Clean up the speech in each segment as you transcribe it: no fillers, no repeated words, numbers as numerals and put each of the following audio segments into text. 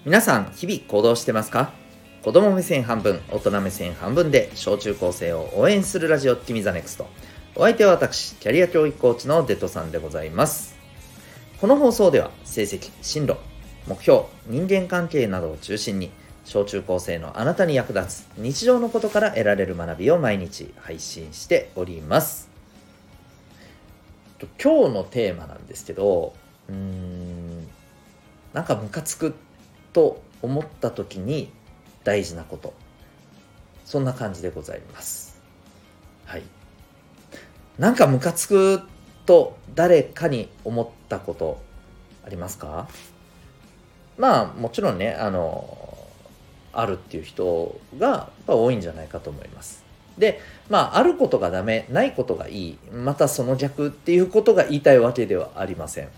皆さん日々行動してますか？子供目線半分、大人目線半分で小中高生を応援するラジオ君ザネクスト。お相手は私、キャリア教育コーチのデトさんでございます。この放送では成績、進路、目標、人間関係などを中心に小中高生のあなたに役立つ日常のことから得られる学びを毎日配信しております。今日のテーマなんですけど、なんかムカつくと思った時に大事なこと、そんな感じでございます。はい。なんかムカつくと誰かに思ったことありますか？まあもちろんね、あるっていう人がやっぱ多いんじゃないかと思います。で、あることがダメ、ないことがいい、またその逆っていうことが言いたいわけではありません。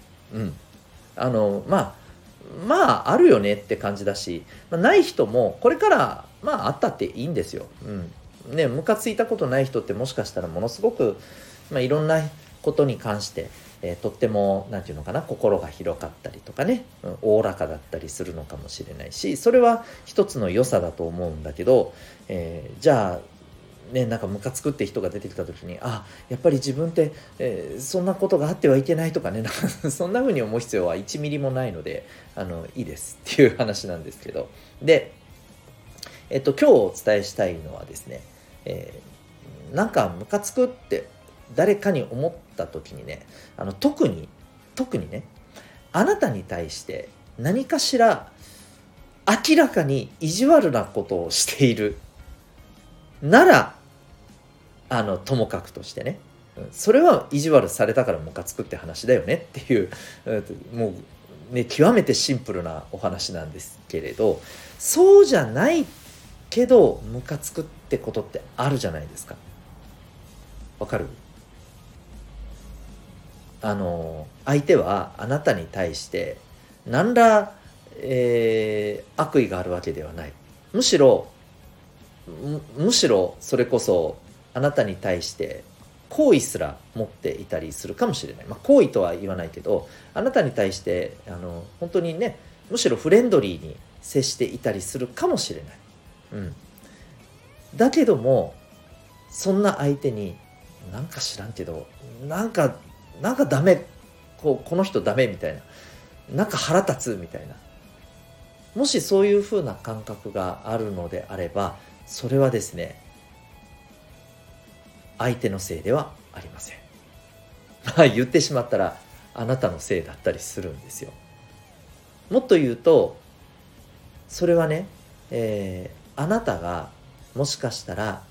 あるよねって感じだし、ない人もこれからあったっていいんですよ。ムカついたことない人ってもしかしたらものすごく、いろんなことに関して、とってもなんていうのかな、心が広かったりとかね、おおらかだったりするのかもしれないし、それは一つの良さだと思うんだけど、じゃあなんかムカつくって人が出てきた時に、やっぱり自分って、そんなことがあってはいけないとかね、そんな風に思う必要は1ミリもないので、いいですっていう話なんですけど、で、今日お伝えしたいのはですね、なんかムカつくって誰かに思った時にね、特にね、あなたに対して何かしら明らかに意地悪なことをしているなら、ともかくとしてね、それは意地悪されたからムカつくって話だよねっていう、もうね、極めてシンプルなお話なんですけれど、そうじゃないけどムカつくってことってあるじゃないですか。わかる？相手はあなたに対して何ら、悪意があるわけではない。むしろそれこそあなたに対して好意すら持っていたりするかもしれない。好意とは言わないけど、あなたに対して本当にね、むしろフレンドリーに接していたりするかもしれない。だけども、そんな相手になんか知らんけど、なんかダメ、この人ダメみたいな、なんか腹立つみたいな、もしそういう風な感覚があるのであれば、それはですね、相手のせいではありません。言ってしまったらあなたのせいだったりするんですよ。もっと言うと、それはね、あなたがもしかしたら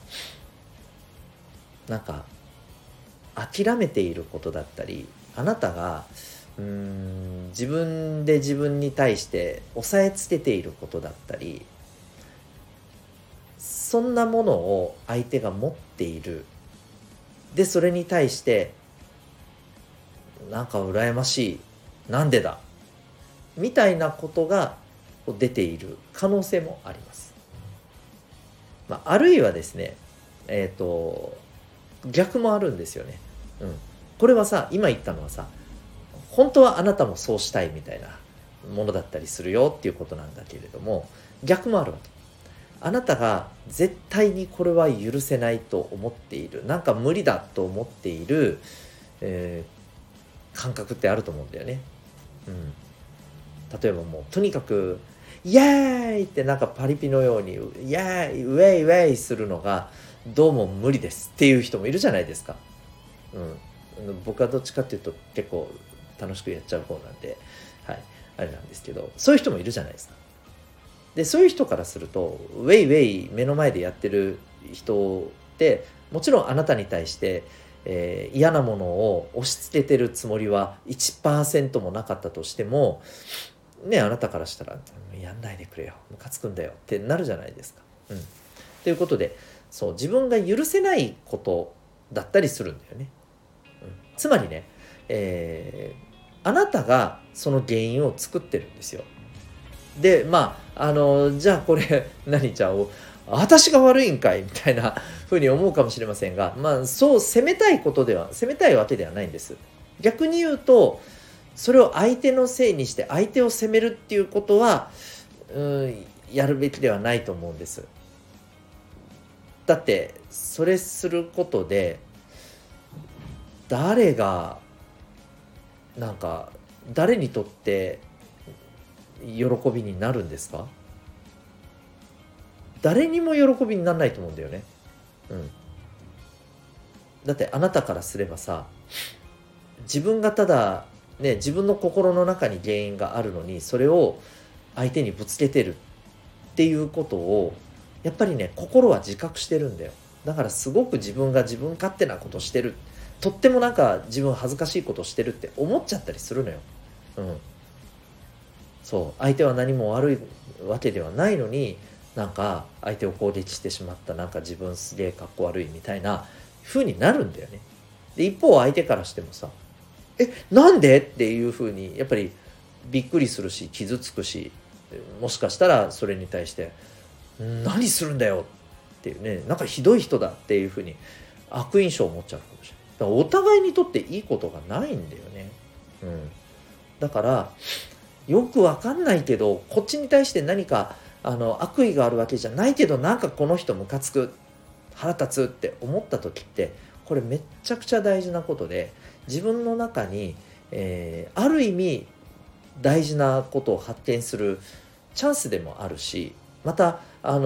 なんか諦めていることだったり、あなたが自分で自分に対して抑えつけていることだったり、そんなものを相手が持っている。でそれに対してなんか羨ましい、なんでだみたいなことが出ている可能性もあります。あるいはですね、逆もあるんですよね。これはさ、今言ったのはさ、本当はあなたもそうしたいみたいなものだったりするよっていうことなんだけれども、逆もあるわけ。あなたが絶対にこれは許せないと思っている、なんか無理だと思っている、感覚ってあると思うんだよね。例えばもうとにかくイエーイってなんかパリピのようにイエーイウェイウェイするのがどうも無理ですっていう人もいるじゃないですか。僕はどっちかっていうと結構楽しくやっちゃう方なんで、あれなんですけど、そういう人もいるじゃないですか。でそういう人からするとウェイウェイ目の前でやってる人ってもちろんあなたに対して、嫌なものを押し付けてるつもりは 1% もなかったとしてもね、あなたからしたらやんないでくれよ、ムカつくんだよってなるじゃないですか。ということで、そう自分が許せないことだったりするんだよね。つまりね、あなたがその原因を作ってるんですよ。でじゃあこれ何じゃあ私が悪いんかいみたいなふうに思うかもしれませんが、そう責めたいわけではないんです。逆に言うと、それを相手のせいにして相手を責めるっていうことはやるべきではないと思うんです。だってそれすることで誰がなんか誰にとって喜びになるんですか？誰にも喜びにならないと思うんだよね。うん。だってあなたからすればさ、自分がただね、自分の心の中に原因があるのにそれを相手にぶつけてるっていうことをやっぱりね、心は自覚してるんだよ。だからすごく自分が自分勝手なことしてる、とってもなんか自分恥ずかしいことしてるって思っちゃったりするのよ。うん。そう相手は何も悪いわけではないのに、なんか相手を攻撃してしまった、なんか自分すげえかっこ悪いみたいな風になるんだよね。で一方相手からしてもさ、なんでっていう風にやっぱりびっくりするし傷つくし、もしかしたらそれに対して何するんだよっていうね、なんかひどい人だっていう風に悪印象を持っちゃうかもしれない。だからお互いにとっていいことがないんだよね。うん。だからよくわかんないけど、こっちに対して何か悪意があるわけじゃないけど、なんかこの人ムカつく、腹立つって思った時って、これめっちゃくちゃ大事なことで、自分の中に、ある意味大事なことを発見するチャンスでもあるし、また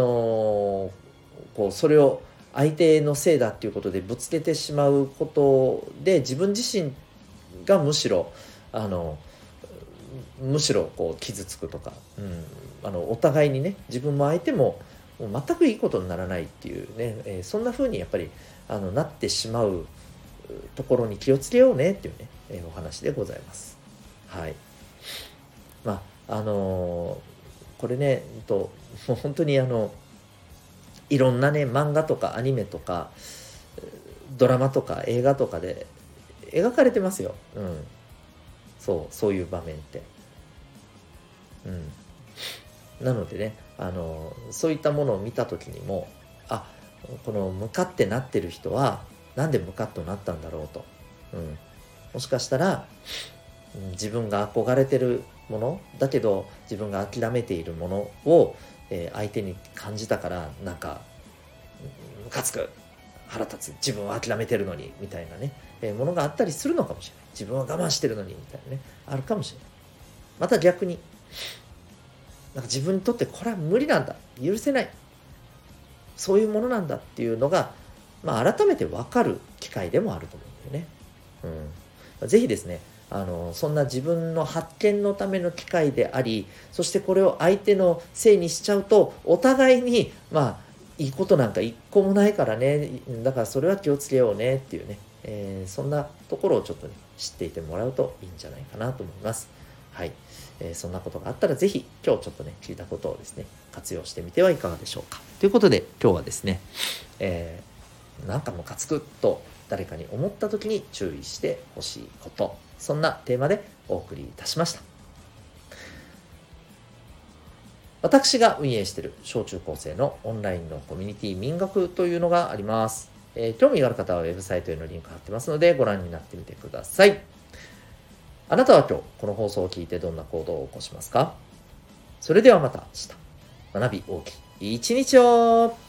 こうそれを相手のせいだっていうことでぶつけてしまうことで、自分自身があのむしろこう傷つくとか、お互いにね、自分も相手ももう全くいいことにならないっていうね、そんな風にやっぱりなってしまうところに気をつけようねっていうね、お話でございます。はい。まあこれね、もう本当にいろんなね、漫画とかアニメとかドラマとか映画とかで描かれてますよ。うん。そういう場面って。うん。なのでね、そういったものを見た時にも、このムカってなってる人はなんでムカッとなったんだろうと。うん。もしかしたら、自分が憧れてるものだけど自分が諦めているものを、相手に感じたからなんかムカつく、腹立つ、自分は諦めてるのにみたいなね、ものがあったりするのかもしれない。自分は我慢してるのにみたいなね、あるかもしれない。また逆になんか自分にとってこれは無理なんだ、許せない、そういうものなんだっていうのが、改めて分かる機会でもあると思うんだよね。ぜひですね、そんな自分の発見のための機会であり、そしてこれを相手のせいにしちゃうと、お互いに、いいことなんか一個もないからね、だからそれは気をつけようねっていうね、そんなところをちょっとね、知っていてもらうといいんじゃないかなと思います。はい。そんなことがあったらぜひ今日ちょっとね聞いたことをですね活用してみてはいかがでしょうか。ということで今日はですね、なんかムカつくと誰かに思った時に注意してほしいこと、そんなテーマでお送りいたしました。私が運営している小中高生のオンラインのコミュニティ民学というのがあります。興味がある方はウェブサイトへのリンク貼ってますのでご覧になってみてください。あなたは今日この放送を聞いてどんな行動を起こしますか？それではまた明日、学び大きい一日を。